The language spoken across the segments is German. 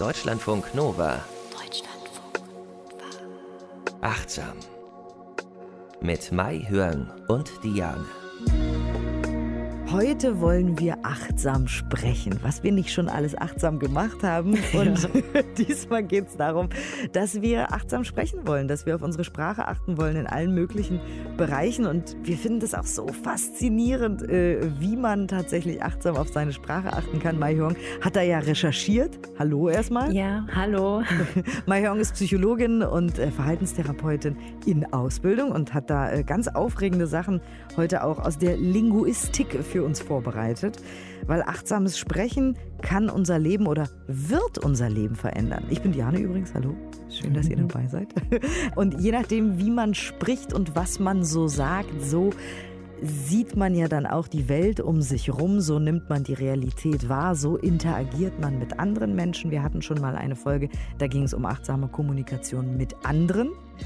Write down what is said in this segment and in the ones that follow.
Deutschlandfunk Nova. Deutschlandfunk Nova. Achtsam. Mit Mai Hörn und Diane. Heute wollen wir achtsam sprechen, was wir nicht schon alles achtsam gemacht haben. Und diesmal geht es darum, dass wir achtsam sprechen wollen, dass wir auf unsere Sprache achten wollen in allen möglichen Bereichen. Und wir finden das auch so faszinierend, wie man tatsächlich achtsam auf seine Sprache achten kann. Mai Hörn hat da ja recherchiert. Hallo erstmal. Ja, hallo. Mai Hörn ist Psychologin und Verhaltenstherapeutin in Ausbildung und hat da ganz aufregende Sachen heute auch aus der Linguistik für uns vorbereitet, weil achtsames Sprechen kann unser Leben oder wird unser Leben verändern. Ich bin Diane übrigens, hallo, schön, dass ihr dabei seid. Und je nachdem, wie man spricht und was man so sagt, so sieht man ja dann auch die Welt um sich rum, so nimmt man die Realität wahr, so interagiert man mit anderen Menschen. Wir hatten schon mal eine Folge, da ging es um achtsame Kommunikation mit anderen.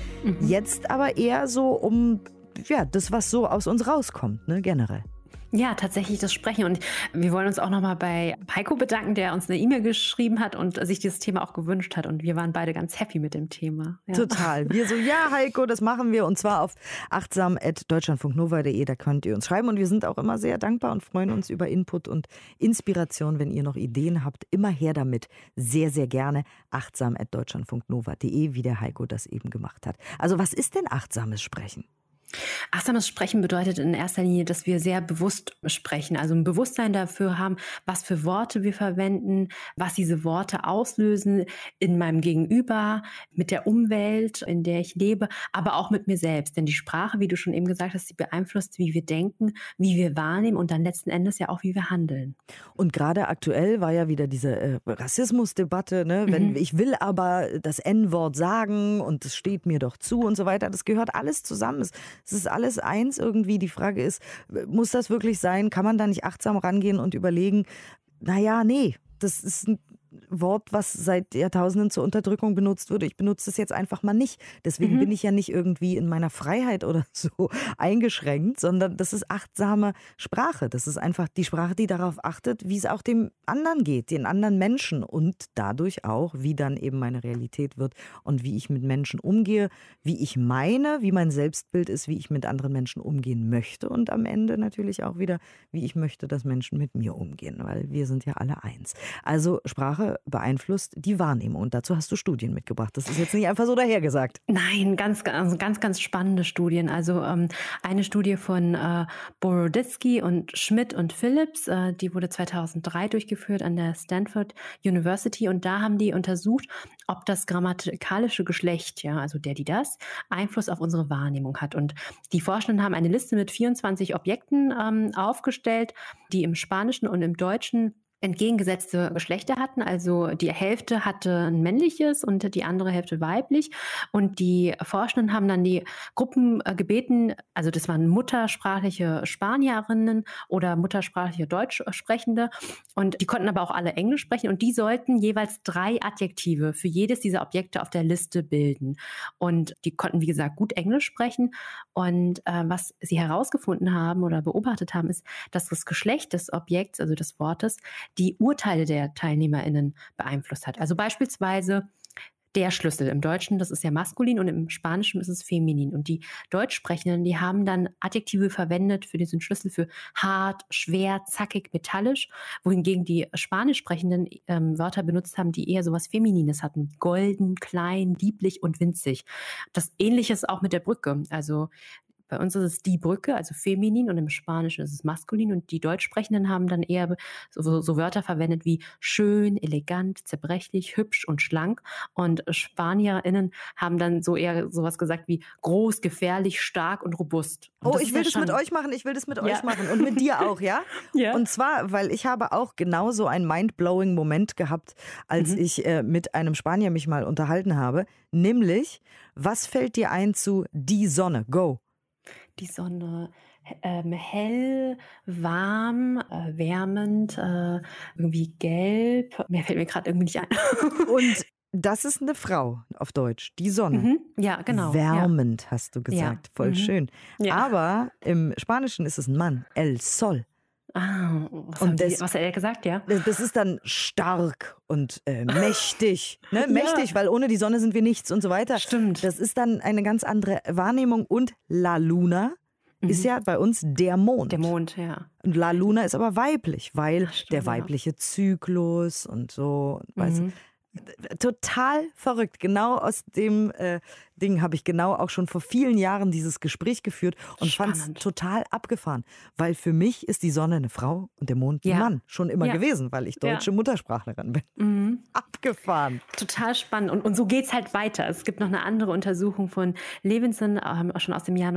Jetzt aber eher so um das, was so aus uns rauskommt, ne, generell. Ja, tatsächlich das Sprechen. Und wir wollen uns auch nochmal bei Heiko bedanken, der uns eine E-Mail geschrieben hat und sich dieses Thema auch gewünscht hat. Und wir waren beide ganz happy mit dem Thema. Ja. Total. Wir so, ja Heiko, das machen wir. Und zwar auf achtsam@deutschlandfunknova.de, da könnt ihr uns schreiben. Und wir sind auch immer sehr dankbar und freuen uns über Input und Inspiration. Wenn ihr noch Ideen habt, immer her damit. Sehr, sehr gerne. achtsam@deutschlandfunknova.de, wie der Heiko das eben gemacht hat. Also was ist denn achtsames Sprechen? Achtsames Sprechen bedeutet in erster Linie, dass wir sehr bewusst sprechen, also ein Bewusstsein dafür haben, was für Worte wir verwenden, was diese Worte auslösen in meinem Gegenüber, mit der Umwelt, in der ich lebe, aber auch mit mir selbst. Denn die Sprache, wie du schon eben gesagt hast, die beeinflusst, wie wir denken, wie wir wahrnehmen und dann letzten Endes ja auch, wie wir handeln. Und gerade aktuell war ja wieder diese Rassismusdebatte, ne? Wenn ich will aber das N-Wort sagen und es steht mir doch zu und so weiter, das gehört alles zusammen. Es ist alles eins irgendwie. Die Frage ist, muss das wirklich sein? Kann man da nicht achtsam rangehen und überlegen, naja, nee, das ist ein Wort, was seit Jahrtausenden zur Unterdrückung benutzt wurde. Ich benutze es jetzt einfach mal nicht. Deswegen bin ich ja nicht irgendwie in meiner Freiheit oder so eingeschränkt, sondern das ist achtsame Sprache. Das ist einfach die Sprache, die darauf achtet, wie es auch dem anderen geht, den anderen Menschen und dadurch auch, wie dann eben meine Realität wird und wie ich mit Menschen umgehe, wie ich meine, wie mein Selbstbild ist, wie ich mit anderen Menschen umgehen möchte und am Ende natürlich auch wieder, wie ich möchte, dass Menschen mit mir umgehen, weil wir sind ja alle eins. Also Sprache beeinflusst die Wahrnehmung. Und dazu hast du Studien mitgebracht. Das ist jetzt nicht einfach so dahergesagt. Nein, ganz spannende Studien. Also eine Studie von Boroditsky und Schmidt und Phillips, die wurde 2003 durchgeführt an der Stanford University. Und da haben die untersucht, ob das grammatikalische Geschlecht, ja, also der, die, das, Einfluss auf unsere Wahrnehmung hat. Und die Forschenden haben eine Liste mit 24 Objekten aufgestellt, die im Spanischen und im Deutschen entgegengesetzte Geschlechter hatten. Also die Hälfte hatte ein männliches und die andere Hälfte weiblich. Und die Forschenden haben dann die Gruppen gebeten, also das waren muttersprachliche Spanierinnen oder muttersprachliche Deutschsprechende. Und die konnten aber auch alle Englisch sprechen. Und die sollten jeweils 3 Adjektive für jedes dieser Objekte auf der Liste bilden. Und die konnten, wie gesagt, gut Englisch sprechen. Und was sie herausgefunden haben oder beobachtet haben, ist, dass das Geschlecht des Objekts, also des Wortes, die Urteile der TeilnehmerInnen beeinflusst hat. Also beispielsweise der Schlüssel im Deutschen, das ist ja maskulin und im Spanischen ist es feminin. Und die Deutschsprechenden, die haben dann Adjektive verwendet für diesen Schlüssel für hart, schwer, zackig, metallisch, wohingegen die Spanisch sprechenden Wörter benutzt haben, die eher sowas Feminines hatten. Golden, klein, lieblich und winzig. Das Ähnliche ist auch mit der Brücke. Also bei uns ist es die Brücke, also feminin, und im Spanischen ist es maskulin. Und die Deutschsprechenden haben dann eher so Wörter verwendet wie schön, elegant, zerbrechlich, hübsch und schlank. Und SpanierInnen haben dann so eher sowas gesagt wie groß, gefährlich, stark und robust. Und ich will das mit euch machen, euch machen und mit dir auch, ja? Ja. Und zwar, weil ich habe auch genauso einen mind-blowing Moment gehabt, als ich mit einem Spanier mich mal unterhalten habe. Nämlich, was fällt dir ein zu die Sonne? Go! Die Sonne, hell, warm, wärmend, irgendwie gelb. Mehr fällt mir gerade irgendwie nicht ein. Und das ist eine Frau auf Deutsch, die Sonne. Ja, genau. Wärmend, hast du gesagt. Ja. Voll schön. Ja. Aber im Spanischen ist es ein Mann, el sol. Was hat er gesagt, ja? Das ist dann stark und mächtig. Ne? Mächtig, weil ohne die Sonne sind wir nichts und so weiter. Stimmt. Das ist dann eine ganz andere Wahrnehmung. Und La Luna ist ja bei uns der Mond. Der Mond, ja. Und La Luna ist aber weiblich, weil der weibliche Zyklus und so. Weißt du, total verrückt. Genau aus dem Ding habe ich genau auch schon vor vielen Jahren dieses Gespräch geführt und fand es total abgefahren. Weil für mich ist die Sonne eine Frau und der Mond ein Mann. Schon immer gewesen, weil ich deutsche Muttersprachlerin bin. Abgefahren. Total spannend. Und so geht es halt weiter. Es gibt noch eine andere Untersuchung von Levinson, schon aus dem Jahr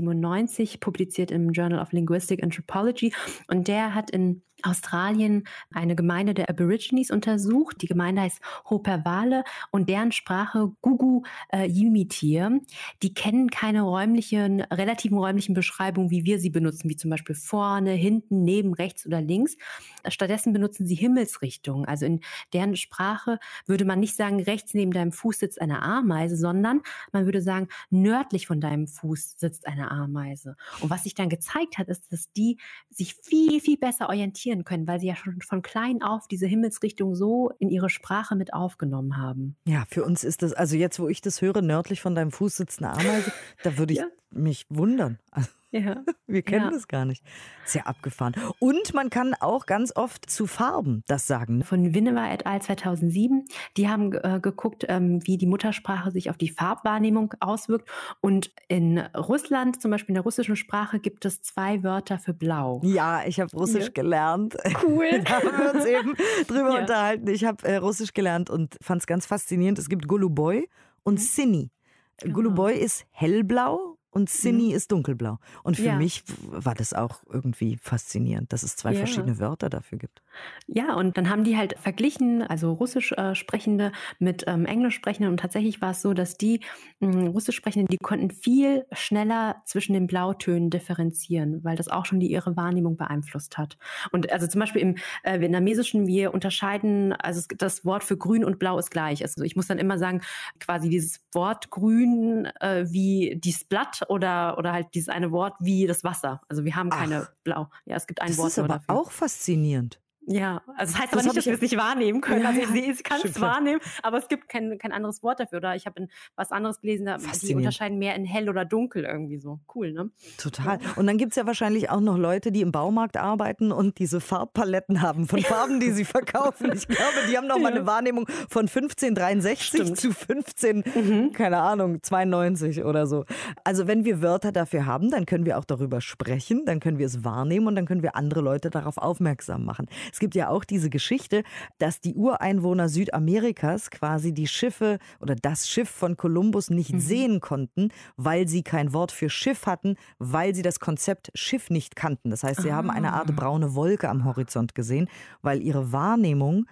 1997, publiziert im Journal of Linguistic Anthropology. Und der hat in Australien eine Gemeinde der Aborigines untersucht. Die Gemeinde heißt Hoperwale und deren Sprache Gugu Yimitir. Die kennen keine relativen räumlichen Beschreibungen, wie wir sie benutzen, wie zum Beispiel vorne, hinten, neben, rechts oder links. Stattdessen benutzen sie Himmelsrichtungen. Also in deren Sprache würde man nicht sagen, rechts neben deinem Fuß sitzt eine Ameise, sondern man würde sagen, nördlich von deinem Fuß sitzt eine Ameise. Und was sich dann gezeigt hat, ist, dass die sich viel, viel besser orientieren können, weil sie ja schon von klein auf diese Himmelsrichtung so in ihre Sprache mit aufgenommen haben. Ja, für uns ist das, also jetzt, wo ich das höre, nördlich von deinem Fuß sitzt eine Ameise, da würde ich mich wundern. Ja. Wir kennen das gar nicht. Sehr abgefahren. Und man kann auch ganz oft zu Farben das sagen. Von Winneva et al. 2007. Die haben geguckt, wie die Muttersprache sich auf die Farbwahrnehmung auswirkt. Und in Russland, zum Beispiel in der russischen Sprache, gibt es 2 Wörter für Blau. Ja, ich habe Russisch gelernt. Cool. Da haben wir uns eben drüber unterhalten. Ich habe Russisch gelernt und fand es ganz faszinierend. Es gibt Goluboy und Sini. Goluboy ist hellblau und Sini ist dunkelblau. Und für mich war das auch irgendwie faszinierend, dass es 2 verschiedene Wörter dafür gibt. Ja, und dann haben die halt verglichen, also Russisch Sprechende mit Englisch Sprechenden. Und tatsächlich war es so, dass die Russisch Sprechenden, die konnten viel schneller zwischen den Blautönen differenzieren, weil das auch schon ihre Wahrnehmung beeinflusst hat. Und also zum Beispiel im Vietnamesischen, wir unterscheiden, also das Wort für grün und blau ist gleich. Also ich muss dann immer sagen, quasi dieses Wort grün wie dieses Blatt oder halt dieses eine Wort wie das Wasser. Also wir haben keine Blau. Ja, es gibt ein Wort nur dafür. Das ist aber auch faszinierend. Ja, also das heißt aber nicht, dass wir es nicht wahrnehmen können. Also ich kann es wahrnehmen, aber es gibt kein anderes Wort dafür. Oder ich habe was anderes gelesen, die unterscheiden mehr in hell oder dunkel irgendwie so. Cool, ne? Total. Und dann gibt es ja wahrscheinlich auch noch Leute, die im Baumarkt arbeiten und diese Farbpaletten haben von Farben, die sie verkaufen. Ich glaube, die haben noch mal eine Wahrnehmung von 1563 zu 15, keine Ahnung, 92 oder so. Also wenn wir Wörter dafür haben, dann können wir auch darüber sprechen, dann können wir es wahrnehmen und dann können wir andere Leute darauf aufmerksam machen. Es gibt ja auch diese Geschichte, dass die Ureinwohner Südamerikas quasi die Schiffe oder das Schiff von Kolumbus nicht sehen konnten, weil sie kein Wort für Schiff hatten, weil sie das Konzept Schiff nicht kannten. Das heißt, sie haben eine Art braune Wolke am Horizont gesehen, weil ihre Wahrnehmung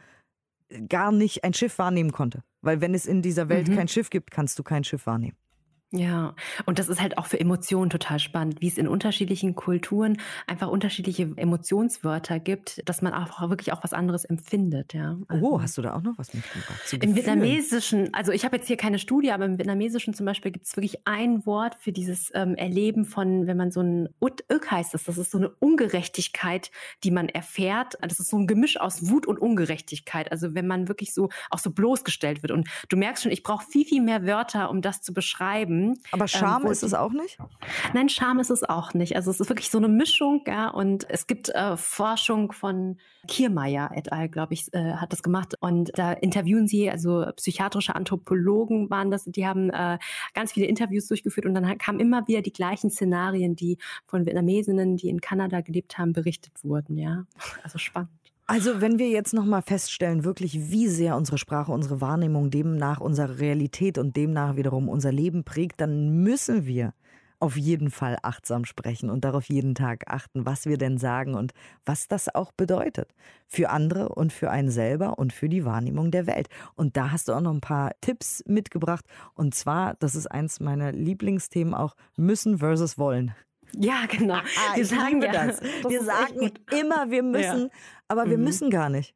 gar nicht ein Schiff wahrnehmen konnte. Weil wenn es in dieser Welt kein Schiff gibt, kannst du kein Schiff wahrnehmen. Ja, und das ist halt auch für Emotionen total spannend, wie es in unterschiedlichen Kulturen einfach unterschiedliche Emotionswörter gibt, dass man auch wirklich auch was anderes empfindet. Ja. Also hast du da auch noch was mitgebracht? Im Vietnamesischen, also ich habe jetzt hier keine Studie, aber im Vietnamesischen zum Beispiel gibt es wirklich ein Wort für dieses Erleben von, wenn man so ein Uk heißt das ist so eine Ungerechtigkeit, die man erfährt. Das ist so ein Gemisch aus Wut und Ungerechtigkeit. Also wenn man wirklich so auch so bloßgestellt wird. Und du merkst schon, ich brauche viel, viel mehr Wörter, um das zu beschreiben. Aber Scham ist es auch nicht? Nein, Scham ist es auch nicht. Also es ist wirklich so eine Mischung, ja. Und es gibt Forschung von Kiermeier et al., glaube ich, hat das gemacht. Und da interviewen sie, also psychiatrische Anthropologen waren das, die haben ganz viele Interviews durchgeführt und dann kamen immer wieder die gleichen Szenarien, die von Vietnamesinnen, die in Kanada gelebt haben, berichtet wurden, ja. Also spannend. Also wenn wir jetzt nochmal feststellen, wirklich wie sehr unsere Sprache, unsere Wahrnehmung demnach unsere Realität und demnach wiederum unser Leben prägt, dann müssen wir auf jeden Fall achtsam sprechen und darauf jeden Tag achten, was wir denn sagen und was das auch bedeutet. Für andere und für einen selber und für die Wahrnehmung der Welt. Und da hast du auch noch ein paar Tipps mitgebracht. Und zwar, das ist eins meiner Lieblingsthemen auch, müssen versus wollen. Ja, genau. Wir sagen das. Wir sagen immer, wir müssen, aber wir müssen gar nicht.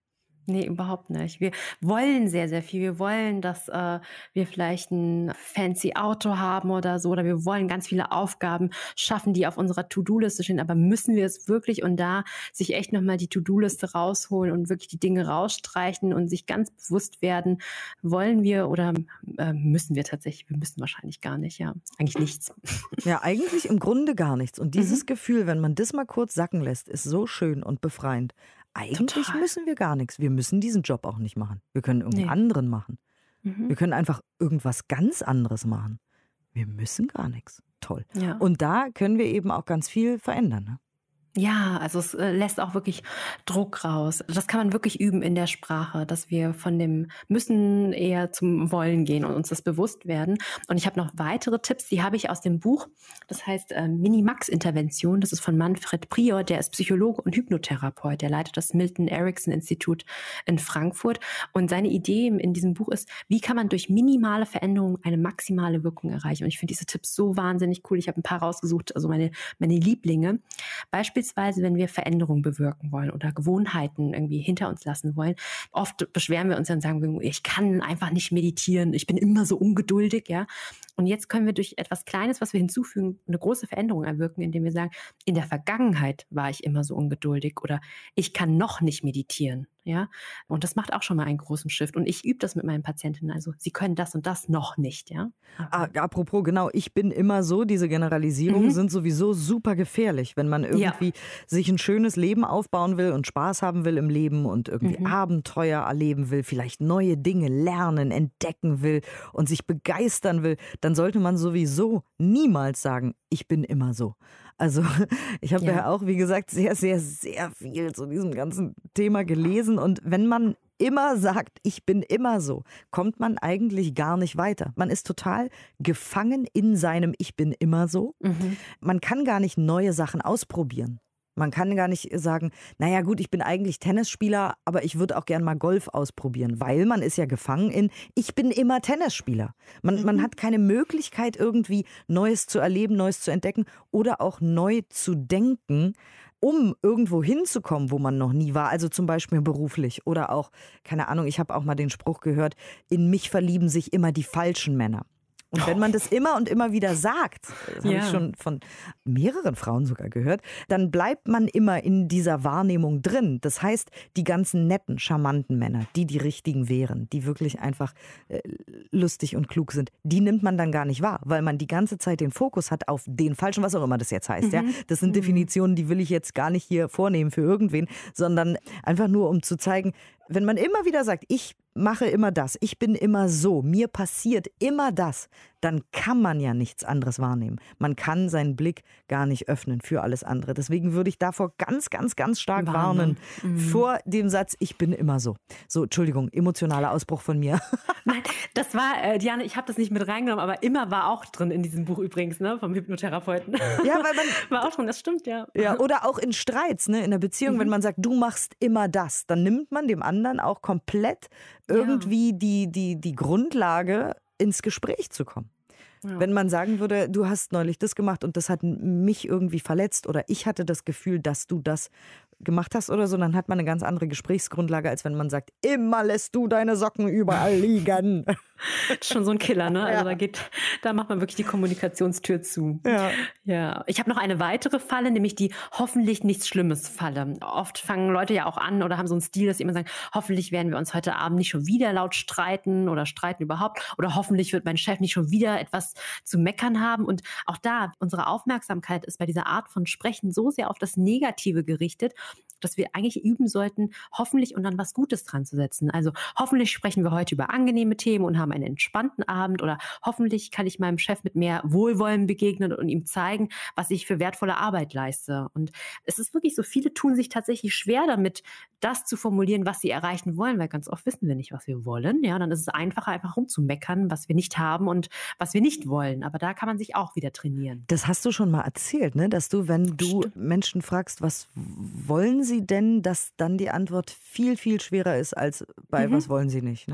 Nee, überhaupt nicht. Wir wollen sehr, sehr viel. Wir wollen, dass wir vielleicht ein fancy Auto haben oder so. Oder wir wollen ganz viele Aufgaben schaffen, die auf unserer To-Do-Liste stehen. Aber müssen wir es wirklich? Und da sich echt nochmal die To-Do-Liste rausholen und wirklich die Dinge rausstreichen und sich ganz bewusst werden, wollen wir oder müssen wir tatsächlich? Wir müssen wahrscheinlich gar nicht, ja. Eigentlich nichts. Ja, eigentlich im Grunde gar nichts. Und dieses Gefühl, wenn man das mal kurz sacken lässt, ist so schön und befreiend. Eigentlich Total. müssen wir gar nichts. Wir müssen diesen Job auch nicht machen. Wir können irgendeinen Nee. anderen machen. Mhm. Wir können einfach irgendwas ganz anderes machen. Wir müssen gar nichts. Toll. Ja. Und da können wir eben auch ganz viel verändern. Ne? Ja, also es lässt auch wirklich Druck raus. Das kann man wirklich üben in der Sprache, dass wir von dem Müssen eher zum Wollen gehen und uns das bewusst werden. Und ich habe noch weitere Tipps, die habe ich aus dem Buch. Das heißt Minimax-Intervention. Das ist von Manfred Prior, der ist Psychologe und Hypnotherapeut. Der leitet das Milton Erickson Institut in Frankfurt. Und seine Idee in diesem Buch ist, wie kann man durch minimale Veränderungen eine maximale Wirkung erreichen. Und ich finde diese Tipps so wahnsinnig cool. Ich habe ein paar rausgesucht, also meine Lieblinge. Beispielsweise, wenn wir Veränderungen bewirken wollen oder Gewohnheiten irgendwie hinter uns lassen wollen. Oft beschweren wir uns dann und sagen, ich kann einfach nicht meditieren, ich bin immer so ungeduldig, ja. Und jetzt können wir durch etwas Kleines, was wir hinzufügen, eine große Veränderung erwirken, indem wir sagen, in der Vergangenheit war ich immer so ungeduldig oder ich kann noch nicht meditieren, ja. Und das macht auch schon mal einen großen Shift. Und ich übe das mit meinen Patientinnen. Also sie können das und das noch nicht, ja. Apropos, genau, ich bin immer so, diese Generalisierungen sind sowieso super gefährlich, wenn man irgendwie sich ein schönes Leben aufbauen will und Spaß haben will im Leben und irgendwie Abenteuer erleben will, vielleicht neue Dinge lernen, entdecken will und sich begeistern will, dann sollte man sowieso niemals sagen, ich bin immer so. Also ich habe ja auch, wie gesagt, sehr, sehr, sehr viel zu diesem ganzen Thema gelesen. Und wenn man immer sagt, ich bin immer so, kommt man eigentlich gar nicht weiter. Man ist total gefangen in seinem Ich bin immer so. Man kann gar nicht neue Sachen ausprobieren. Man kann gar nicht sagen, naja gut, ich bin eigentlich Tennisspieler, aber ich würde auch gern mal Golf ausprobieren, weil man ist ja gefangen in, ich bin immer Tennisspieler. Man hat keine Möglichkeit irgendwie Neues zu erleben, Neues zu entdecken oder auch neu zu denken, um irgendwo hinzukommen, wo man noch nie war. Also zum Beispiel beruflich oder auch, keine Ahnung, ich habe auch mal den Spruch gehört, in mich verlieben sich immer die falschen Männer. Und wenn man das immer und immer wieder sagt, das habe ich schon von mehreren Frauen sogar gehört, dann bleibt man immer in dieser Wahrnehmung drin. Das heißt, die ganzen netten, charmanten Männer, die richtigen wären, die wirklich einfach lustig und klug sind, die nimmt man dann gar nicht wahr, weil man die ganze Zeit den Fokus hat auf den Falschen, was auch immer das jetzt heißt. Ja? Das sind Definitionen, die will ich jetzt gar nicht hier vornehmen für irgendwen, sondern einfach nur, um zu zeigen, wenn man immer wieder sagt, ich mache immer das, ich bin immer so, mir passiert immer das, dann kann man ja nichts anderes wahrnehmen. Man kann seinen Blick gar nicht öffnen für alles andere. Deswegen würde ich davor ganz, ganz, ganz stark warnen vor dem Satz, ich bin immer so. So, Entschuldigung, emotionaler Ausbruch von mir. Nein, das war, Diane, ich habe das nicht mit reingenommen, aber immer war auch drin in diesem Buch übrigens, ne, vom Hypnotherapeuten. Ja, weil man war auch drin, das stimmt, ja. Ja, oder auch in Streits, ne, in der Beziehung, wenn man sagt, du machst immer das, dann nimmt man dem anderen auch komplett irgendwie die Grundlage, ins Gespräch zu kommen. Ja. Wenn man sagen würde, du hast neulich das gemacht und das hat mich irgendwie verletzt oder ich hatte das Gefühl, dass du das gemacht hast oder so, dann hat man eine ganz andere Gesprächsgrundlage, als wenn man sagt, immer lässt du deine Socken überall liegen. Schon so ein Killer, ne? Also da macht man wirklich die Kommunikationstür zu. Ja. Ich habe noch eine weitere Falle, nämlich die hoffentlich nichts Schlimmes Falle. Oft fangen Leute ja auch an oder haben so einen Stil, dass sie immer sagen, hoffentlich werden wir uns heute Abend nicht schon wieder laut streiten oder streiten überhaupt oder hoffentlich wird mein Chef nicht schon wieder etwas zu meckern haben. Und auch da, unsere Aufmerksamkeit ist bei dieser Art von Sprechen so sehr auf das Negative gerichtet, dass wir eigentlich üben sollten, hoffentlich und dann was Gutes dran zu setzen. Also hoffentlich sprechen wir heute über angenehme Themen und haben einen entspannten Abend oder hoffentlich kann ich meinem Chef mit mehr Wohlwollen begegnen und ihm zeigen, was ich für wertvolle Arbeit leiste. Und es ist wirklich so, viele tun sich tatsächlich schwer damit, das zu formulieren, was sie erreichen wollen, weil ganz oft wissen wir nicht, was wir wollen. Ja, dann ist es einfacher, einfach rumzumeckern, was wir nicht haben und was wir nicht wollen. Aber da kann man sich auch wieder trainieren. Das hast du schon mal erzählt, ne? Dass du, wenn du Menschen fragst, was wollen sie denn, dass dann die Antwort viel, viel schwerer ist als bei was wollen sie nicht, ne?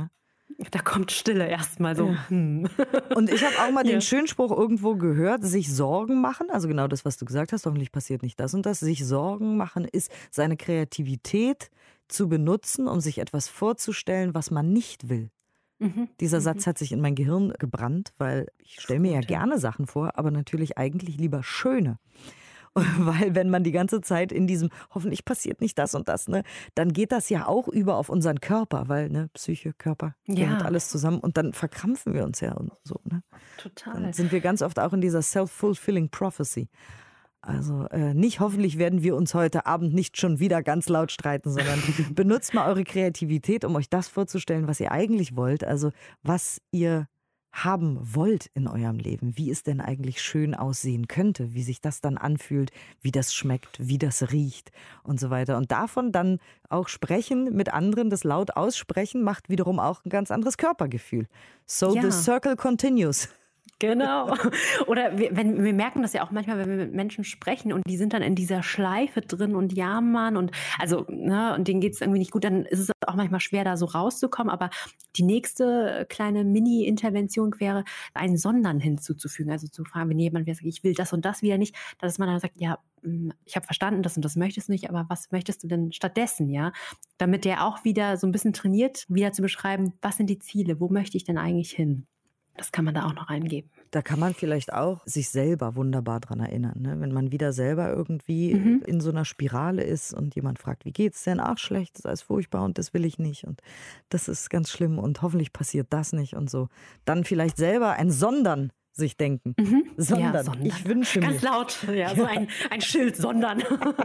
Da kommt Stille erstmal so. Und ich habe auch mal den schönen Spruch irgendwo gehört, sich Sorgen machen, also genau das, was du gesagt hast, hoffentlich passiert nicht das und das, sich Sorgen machen ist, seine Kreativität zu benutzen, um sich etwas vorzustellen, was man nicht will. Dieser Satz hat sich in mein Gehirn gebrannt, weil ich stelle mir ja gerne Sachen vor, aber natürlich eigentlich lieber schöne. Weil wenn man die ganze Zeit in diesem, hoffentlich passiert nicht das und das, ne, dann geht das ja auch über auf unseren Körper, weil ne, Psyche, Körper, gehört alles zusammen und dann verkrampfen wir uns ja und so. Ne? Total. Dann sind wir ganz oft auch in dieser self-fulfilling prophecy. Also nicht hoffentlich werden wir uns heute Abend nicht schon wieder ganz laut streiten, sondern benutzt mal eure Kreativität, um euch das vorzustellen, was ihr eigentlich wollt, also was ihr haben wollt in eurem Leben, wie es denn eigentlich schön aussehen könnte, wie sich das dann anfühlt, wie das schmeckt, wie das riecht und so weiter. Und davon dann auch sprechen mit anderen, das laut aussprechen, macht wiederum auch ein ganz anderes Körpergefühl. So the circle continues. Genau. Oder wir merken das ja auch manchmal, wenn wir mit Menschen sprechen und die sind dann in dieser Schleife drin und jammern und also, ne, und denen geht es irgendwie nicht gut, dann ist es auch manchmal schwer, da so rauszukommen. Aber die nächste kleine Mini-Intervention wäre, ein Sondern hinzuzufügen. Also zu fragen, wenn jemand sagt, ich will das und das wieder nicht, dass man dann sagt, ja, ich habe verstanden, das und das möchtest du nicht, aber was möchtest du denn stattdessen, ja? Damit der auch wieder so ein bisschen trainiert, wieder zu beschreiben, was sind die Ziele, wo möchte ich denn eigentlich hin? Das kann man da auch noch eingeben. Da kann man vielleicht auch sich selber wunderbar dran erinnern. Ne? Wenn man wieder selber irgendwie in so einer Spirale ist und jemand fragt, wie geht's denn? Ach, schlecht, das ist alles furchtbar und das will ich nicht und das ist ganz schlimm und hoffentlich passiert das nicht und so. Dann vielleicht selber ein Sondern sich denken. Sondern. Ja, sondern. Ich wünsche mir. Ganz laut, ja, so ein Schild, sondern.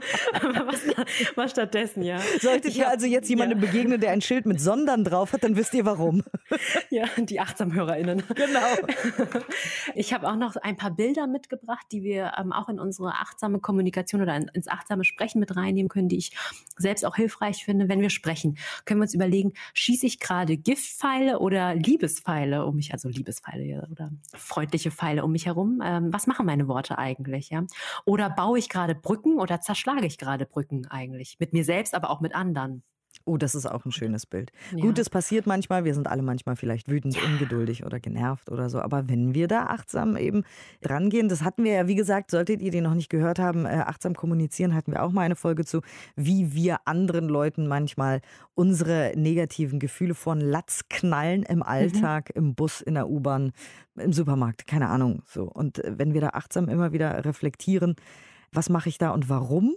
was stattdessen, ja. Solltet ihr also jetzt jemandem begegnen, der ein Schild mit Sondern drauf hat, dann wisst ihr warum. Ja, die AchtsamHörerInnen. Genau. Ich habe auch noch ein paar Bilder mitgebracht, die wir auch in unsere achtsame Kommunikation oder ins achtsame Sprechen mit reinnehmen können, die ich selbst auch hilfreich finde. Wenn wir sprechen, können wir uns überlegen, schieße ich gerade Giftpfeile oder Liebespfeile um mich, also Liebespfeile oder freundliche Pfeile um mich herum. Was machen meine Worte eigentlich? Ja? Oder baue ich gerade Brücken oder zerschlage ich gerade Brücken eigentlich? Mit mir selbst, aber auch mit anderen. Oh, das ist auch ein schönes Bild. Ja. Gut, es passiert manchmal, wir sind alle manchmal vielleicht wütend, ungeduldig oder genervt oder so. Aber wenn wir da achtsam eben rangehen, das hatten wir ja, wie gesagt, solltet ihr den noch nicht gehört haben, achtsam kommunizieren, hatten wir auch mal eine Folge zu, wie wir anderen Leuten manchmal unsere negativen Gefühle von Latz knallen im Alltag, im Bus, in der U-Bahn, im Supermarkt, keine Ahnung. So. Und wenn wir da achtsam immer wieder reflektieren, was mache ich da und warum?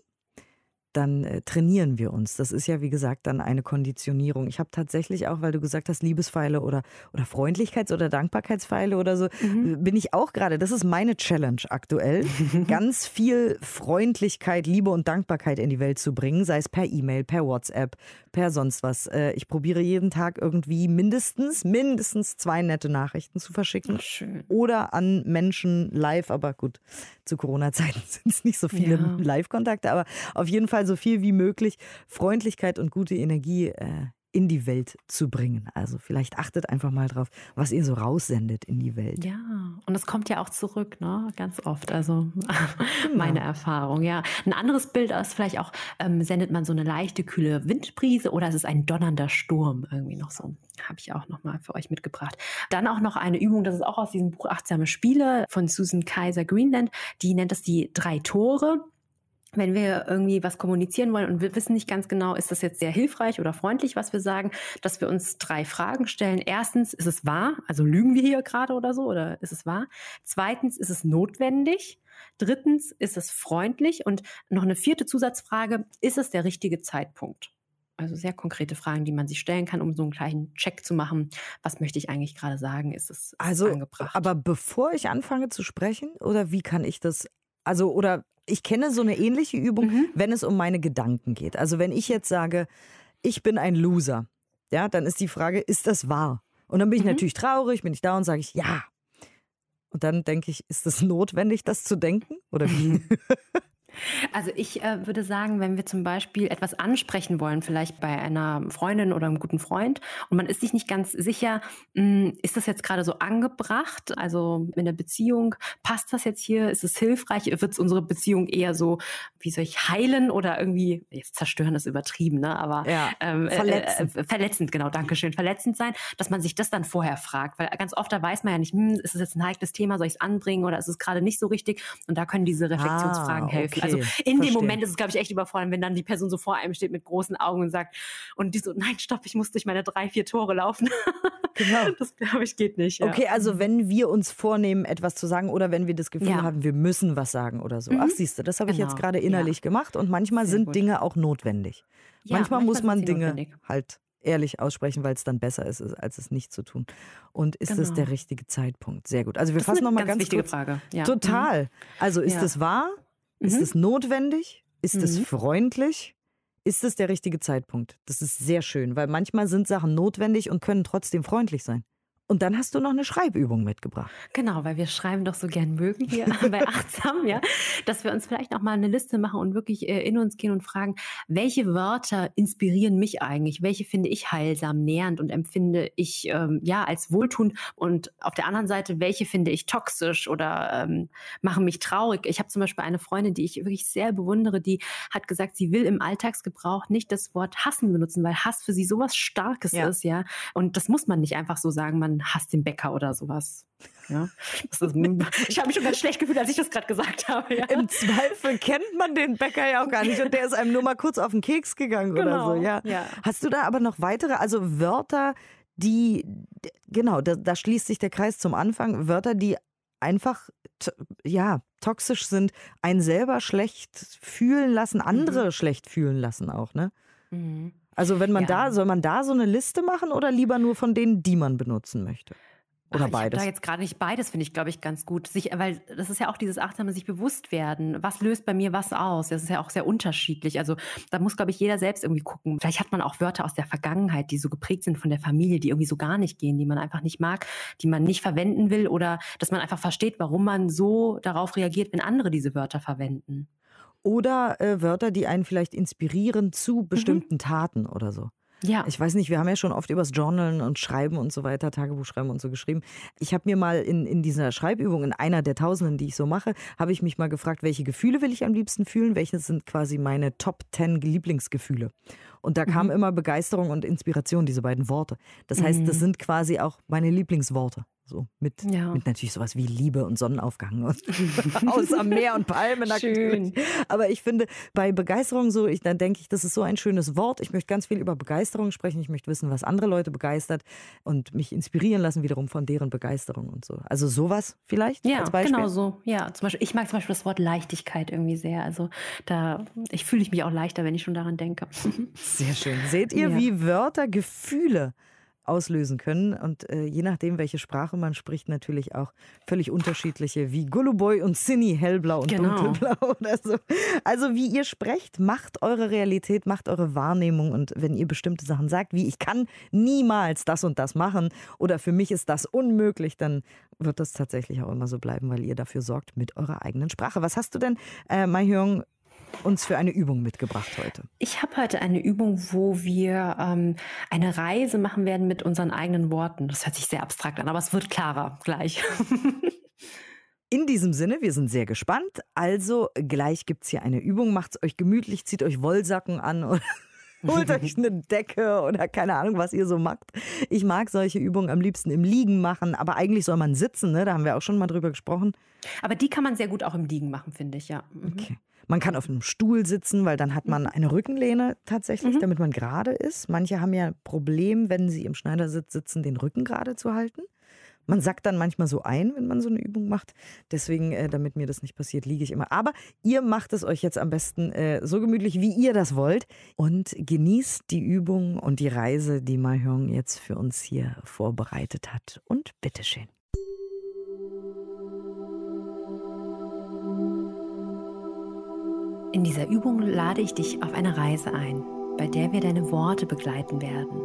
Dann trainieren wir uns. Das ist ja, wie gesagt, dann eine Konditionierung. Ich habe tatsächlich auch, weil du gesagt hast, Liebespfeile oder Freundlichkeits- oder Dankbarkeitspfeile oder so, bin ich auch gerade, das ist meine Challenge aktuell, ganz viel Freundlichkeit, Liebe und Dankbarkeit in die Welt zu bringen, sei es per E-Mail, per WhatsApp, per sonst was. Ich probiere jeden Tag irgendwie mindestens 2 nette Nachrichten zu verschicken. Schön. Oder an Menschen live, aber gut, zu Corona-Zeiten sind es nicht so viele Live-Kontakte, aber auf jeden Fall so viel wie möglich Freundlichkeit und gute Energie in die Welt zu bringen. Also vielleicht achtet einfach mal drauf, was ihr so raussendet in die Welt. Ja, und es kommt ja auch zurück, ne? Ganz oft. Also meine Erfahrung, ja. Ein anderes Bild ist vielleicht auch, sendet man so eine leichte, kühle Windbrise oder es ist ein donnernder Sturm irgendwie noch so. Habe ich auch noch mal für euch mitgebracht. Dann auch noch eine Übung, das ist auch aus diesem Buch Achtsame Spiele von Susan Kaiser Greenland. Die nennt das die 3 Tore. Wenn wir irgendwie was kommunizieren wollen und wir wissen nicht ganz genau, ist das jetzt sehr hilfreich oder freundlich, was wir sagen, dass wir uns 3 Fragen stellen. Erstens, ist es wahr? Also lügen wir hier gerade oder so? Oder ist es wahr? Zweitens, ist es notwendig? Drittens, ist es freundlich? Und noch eine 4. Zusatzfrage, ist es der richtige Zeitpunkt? Also sehr konkrete Fragen, die man sich stellen kann, um so einen kleinen Check zu machen. Was möchte ich eigentlich gerade sagen? Ist es angebracht? Aber bevor ich anfange zu sprechen, oder wie kann ich das, also oder ich kenne so eine ähnliche Übung, wenn es um meine Gedanken geht. Also wenn ich jetzt sage, ich bin ein Loser, ja, dann ist die Frage, ist das wahr? Und dann bin ich natürlich traurig, bin ich da und sage ich, ja. Und dann denke ich, ist es notwendig, das zu denken? Oder wie? Also ich würde sagen, wenn wir zum Beispiel etwas ansprechen wollen, vielleicht bei einer Freundin oder einem guten Freund und man ist sich nicht ganz sicher, ist das jetzt gerade so angebracht? Also in der Beziehung, passt das jetzt hier? Ist es hilfreich? Wird es unsere Beziehung eher so, wie soll ich, heilen oder irgendwie, jetzt zerstören ist übertrieben, ne? Aber verletzend, genau, dankeschön, verletzend sein, dass man sich das dann vorher fragt, weil ganz oft da weiß man ja nicht, ist es jetzt ein heikles Thema, soll ich es anbringen oder ist es gerade nicht so richtig? Und da können diese Reflexionsfragen helfen. Also in dem Moment ist es, glaube ich, echt überfordern, wenn dann die Person so vor einem steht mit großen Augen und sagt, und die so, nein, stopp, ich muss durch meine 3-4 Tore laufen. Genau. Das, glaube ich, geht nicht. Ja. Okay, also wenn wir uns vornehmen, etwas zu sagen oder wenn wir das Gefühl haben, wir müssen was sagen oder so. Ach, siehst du, das habe ich jetzt gerade innerlich gemacht und manchmal sind Dinge auch notwendig. Manchmal muss man Dinge halt ehrlich aussprechen, weil es dann besser ist, als es nicht zu tun. Und ist es der richtige Zeitpunkt? Sehr gut. Also wir fassen nochmal ganz wichtige kurz. Frage. Ja. Total. Also ist es wahr? Ist es notwendig? Ist es freundlich? Ist es der richtige Zeitpunkt? Das ist sehr schön, weil manchmal sind Sachen notwendig und können trotzdem freundlich sein. Und dann hast du noch eine Schreibübung mitgebracht. Genau, weil wir schreiben doch so gern mögen hier bei Achtsam, ja, dass wir uns vielleicht auch mal eine Liste machen und wirklich in uns gehen und fragen, welche Wörter inspirieren mich eigentlich? Welche finde ich heilsam, nährend und empfinde ich als wohltuend? Und auf der anderen Seite, welche finde ich toxisch oder machen mich traurig? Ich habe zum Beispiel eine Freundin, die ich wirklich sehr bewundere, die hat gesagt, sie will im Alltagsgebrauch nicht das Wort hassen benutzen, weil Hass für sie sowas Starkes ist, ja. Und das muss man nicht einfach so sagen, man hasst den Bäcker oder sowas. Ja. Ich habe mich schon ganz schlecht gefühlt, als ich das gerade gesagt habe. Ja. Im Zweifel kennt man den Bäcker ja auch gar nicht und der ist einem nur mal kurz auf den Keks gegangen oder so. Ja. Hast du da aber noch weitere, also Wörter, die, genau, da schließt sich der Kreis zum Anfang, Wörter, die einfach toxisch sind, einen selber schlecht fühlen lassen, andere schlecht fühlen lassen auch, ne? Mhm. Also wenn man soll man da so eine Liste machen oder lieber nur von denen, die man benutzen möchte? Oder beides? Ich habe da jetzt gerade nicht beides, finde ich, glaube ich, ganz gut. Weil das ist ja auch dieses achtsame sich bewusst werden. Was löst bei mir was aus? Das ist ja auch sehr unterschiedlich. Also da muss, glaube ich, jeder selbst irgendwie gucken. Vielleicht hat man auch Wörter aus der Vergangenheit, die so geprägt sind von der Familie, die irgendwie so gar nicht gehen, die man einfach nicht mag, die man nicht verwenden will oder dass man einfach versteht, warum man so darauf reagiert, wenn andere diese Wörter verwenden. Oder Wörter, die einen vielleicht inspirieren zu bestimmten Taten oder so. Ja. Ich weiß nicht, wir haben ja schon oft übers Journalen und Schreiben und so weiter, Tagebuchschreiben und so geschrieben. Ich habe mir mal in dieser Schreibübung, in einer der Tausenden, die ich so mache, habe ich mich mal gefragt, welche Gefühle will ich am liebsten fühlen? Welche sind quasi meine Top 10 Lieblingsgefühle? Und da kam immer Begeisterung und Inspiration, diese beiden Worte. Das heißt, das sind quasi auch meine Lieblingsworte. So mit natürlich sowas wie Liebe und Sonnenaufgang und aus am Meer und Palmen natürlich. Aber ich finde, bei Begeisterung dann denke ich, das ist so ein schönes Wort. Ich möchte ganz viel über Begeisterung sprechen. Ich möchte wissen, was andere Leute begeistert und mich inspirieren lassen wiederum von deren Begeisterung und so. Also sowas vielleicht als Beispiel? Genau so. Ja, ich mag zum Beispiel das Wort Leichtigkeit irgendwie sehr. Also ich fühle mich auch leichter, wenn ich schon daran denke. Sehr schön. Seht ihr, wie Wörter Gefühle auslösen können und je nachdem, welche Sprache man spricht, natürlich auch völlig unterschiedliche, wie Guluboy und Sinni, hellblau und dunkelblau oder so. Also wie ihr sprecht, macht eure Realität, macht eure Wahrnehmung und wenn ihr bestimmte Sachen sagt, wie ich kann niemals das und das machen oder für mich ist das unmöglich, dann wird das tatsächlich auch immer so bleiben, weil ihr dafür sorgt mit eurer eigenen Sprache. Was hast du denn, Mahjong, uns für eine Übung mitgebracht heute? Ich habe heute eine Übung, wo wir eine Reise machen werden mit unseren eigenen Worten. Das hört sich sehr abstrakt an, aber es wird klarer gleich. In diesem Sinne, wir sind sehr gespannt. Also gleich gibt es hier eine Übung. Macht's euch gemütlich, zieht euch Wollsacken an oder holt euch eine Decke oder keine Ahnung, was ihr so macht. Ich mag solche Übungen am liebsten im Liegen machen, aber eigentlich soll man sitzen, ne? Da haben wir auch schon mal drüber gesprochen. Aber die kann man sehr gut auch im Liegen machen, finde ich, ja. Okay. Man kann auf einem Stuhl sitzen, weil dann hat man eine Rückenlehne tatsächlich, damit man gerade ist. Manche haben ja ein Problem, wenn sie im Schneidersitz sitzen, den Rücken gerade zu halten. Man sackt dann manchmal so ein, wenn man so eine Übung macht. Deswegen, damit mir das nicht passiert, liege ich immer. Aber ihr macht es euch jetzt am besten so gemütlich, wie ihr das wollt. Und genießt die Übung und die Reise, die Mahjong jetzt für uns hier vorbereitet hat. Und bitteschön. In dieser Übung lade ich dich auf eine Reise ein, bei der wir deine Worte begleiten werden.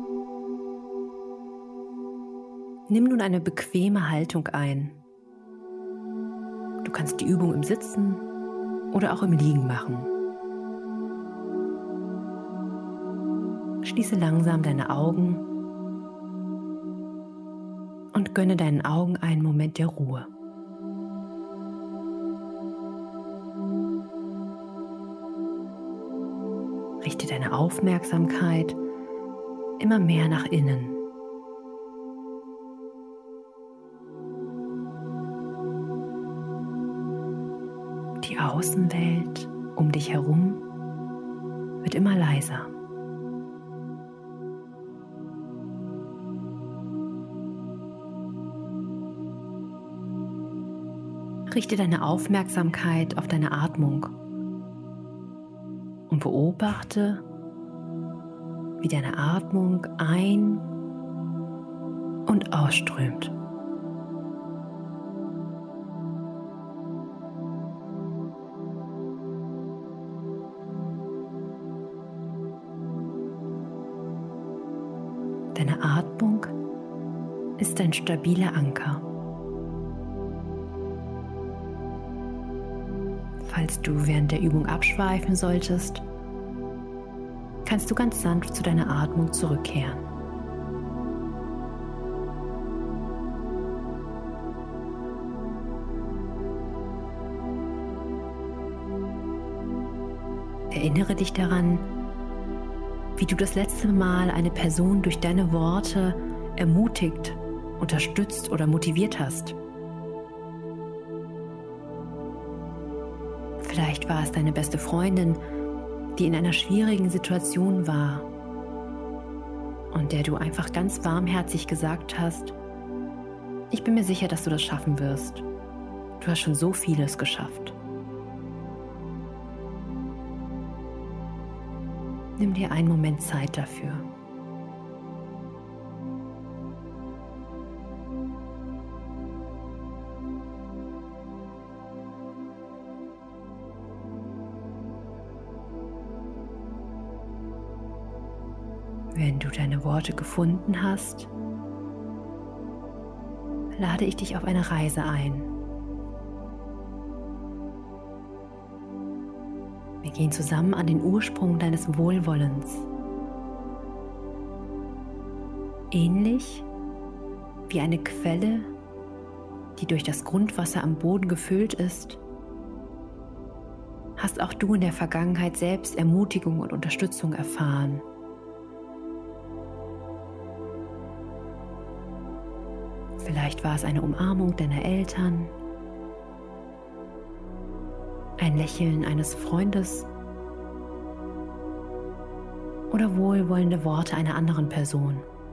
Nimm nun eine bequeme Haltung ein. Du kannst die Übung im Sitzen oder auch im Liegen machen. Schließe langsam deine Augen und gönne deinen Augen einen Moment der Ruhe. Richte deine Aufmerksamkeit immer mehr nach innen. Die Außenwelt um dich herum wird immer leiser. Richte deine Aufmerksamkeit auf deine Atmung und beobachte, wie deine Atmung ein- und ausströmt. Deine Atmung ist ein stabiler Anker. Falls du während der Übung abschweifen solltest, kannst du ganz sanft zu deiner Atmung zurückkehren. Erinnere dich daran, wie du das letzte Mal eine Person durch deine Worte ermutigt, unterstützt oder motiviert hast. Vielleicht war es deine beste Freundin, die in einer schwierigen Situation war und der du einfach ganz warmherzig gesagt hast: Ich bin mir sicher, dass du das schaffen wirst. Du hast schon so vieles geschafft. Nimm dir einen Moment Zeit dafür. Wenn du deine Worte gefunden hast, lade ich dich auf eine Reise ein. Wir gehen zusammen an den Ursprung deines Wohlwollens. Ähnlich wie eine Quelle, die durch das Grundwasser am Boden gefüllt ist, hast auch du in der Vergangenheit selbst Ermutigung und Unterstützung erfahren. Vielleicht war es eine Umarmung deiner Eltern, ein Lächeln eines Freundes oder wohlwollende Worte einer anderen Person.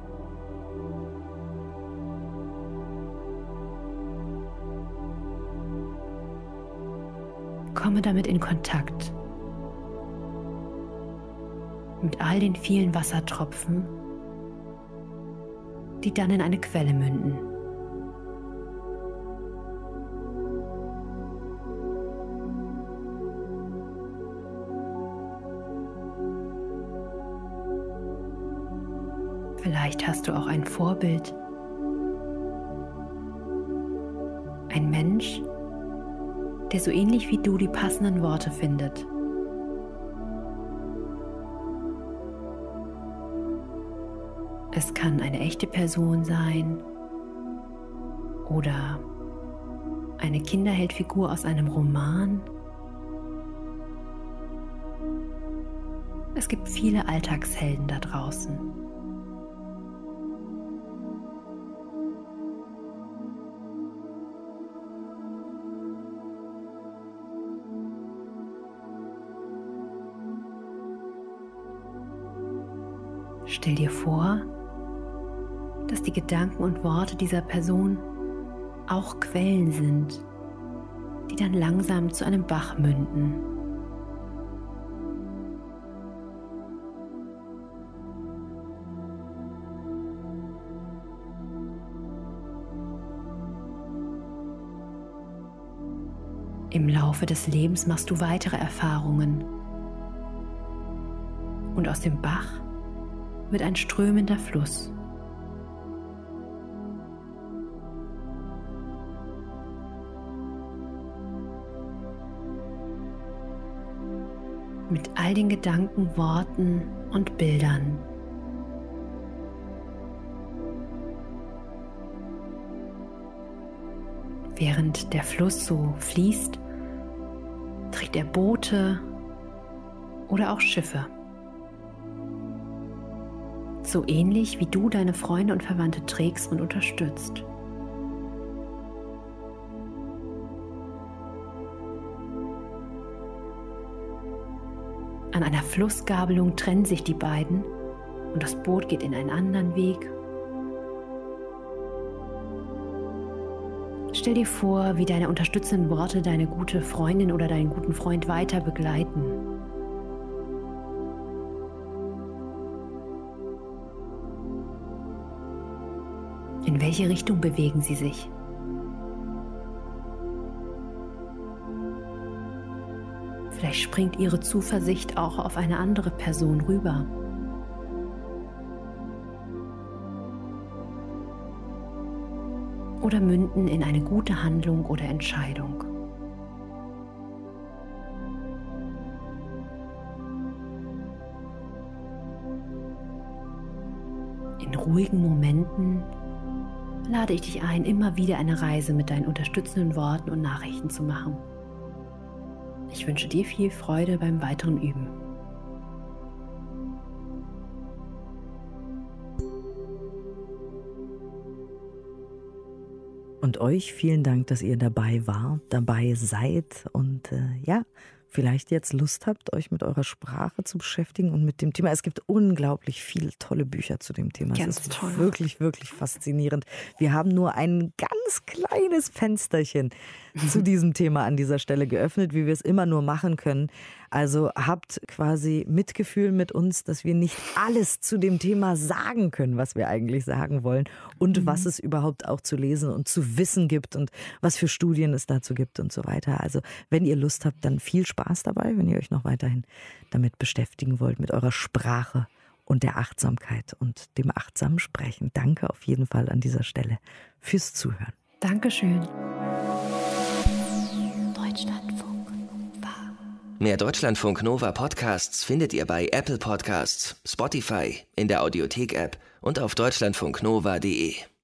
Komme damit in Kontakt mit all den vielen Wassertropfen, die dann in eine Quelle münden. Vielleicht hast du auch ein Vorbild, ein Mensch, der so ähnlich wie du die passenden Worte findet. Es kann eine echte Person sein oder eine Kinderheldfigur aus einem Roman. Es gibt viele Alltagshelden da draußen. Stell dir vor, dass die Gedanken und Worte dieser Person auch Quellen sind, die dann langsam zu einem Bach münden. Im Laufe des Lebens machst du weitere Erfahrungen und aus dem Bach wird ein strömender Fluss. mit all den Gedanken, Worten und Bildern. Während der Fluss so fließt, trägt er Boote oder auch Schiffe. So ähnlich wie du deine Freunde und Verwandte trägst und unterstützt. An einer Flussgabelung trennen sich die beiden und das Boot geht in einen anderen Weg. Stell dir vor, wie deine unterstützenden Worte deine gute Freundin oder deinen guten Freund weiter begleiten. In welche Richtung bewegen sie sich? Vielleicht springt ihre Zuversicht auch auf eine andere Person rüber. Oder münden in eine gute Handlung oder Entscheidung. In ruhigen Momenten lade ich dich ein, immer wieder eine Reise mit deinen unterstützenden Worten und Nachrichten zu machen. Ich wünsche dir viel Freude beim weiteren Üben. Und euch vielen Dank, dass ihr dabei seid und vielleicht jetzt Lust habt, euch mit eurer Sprache zu beschäftigen und mit dem Thema. Es gibt unglaublich viele tolle Bücher zu dem Thema. Ganz es ist toll. Wirklich, wirklich faszinierend. Wir haben nur ein ganz kleines Fensterchen zu diesem Thema an dieser Stelle geöffnet, wie wir es immer nur machen können. Also habt quasi Mitgefühl mit uns, dass wir nicht alles zu dem Thema sagen können, was wir eigentlich sagen wollen und was es überhaupt auch zu lesen und zu wissen gibt und was für Studien es dazu gibt und so weiter. Also wenn ihr Lust habt, dann viel Spaß dabei, wenn ihr euch noch weiterhin damit beschäftigen wollt, mit eurer Sprache und der Achtsamkeit und dem achtsamen Sprechen. Danke auf jeden Fall an dieser Stelle fürs Zuhören. Dankeschön. Deutschlandfunk Nova. Mehr Deutschlandfunk Nova Podcasts findet ihr bei Apple Podcasts, Spotify, in der Audiothek-App und auf deutschlandfunknova.de.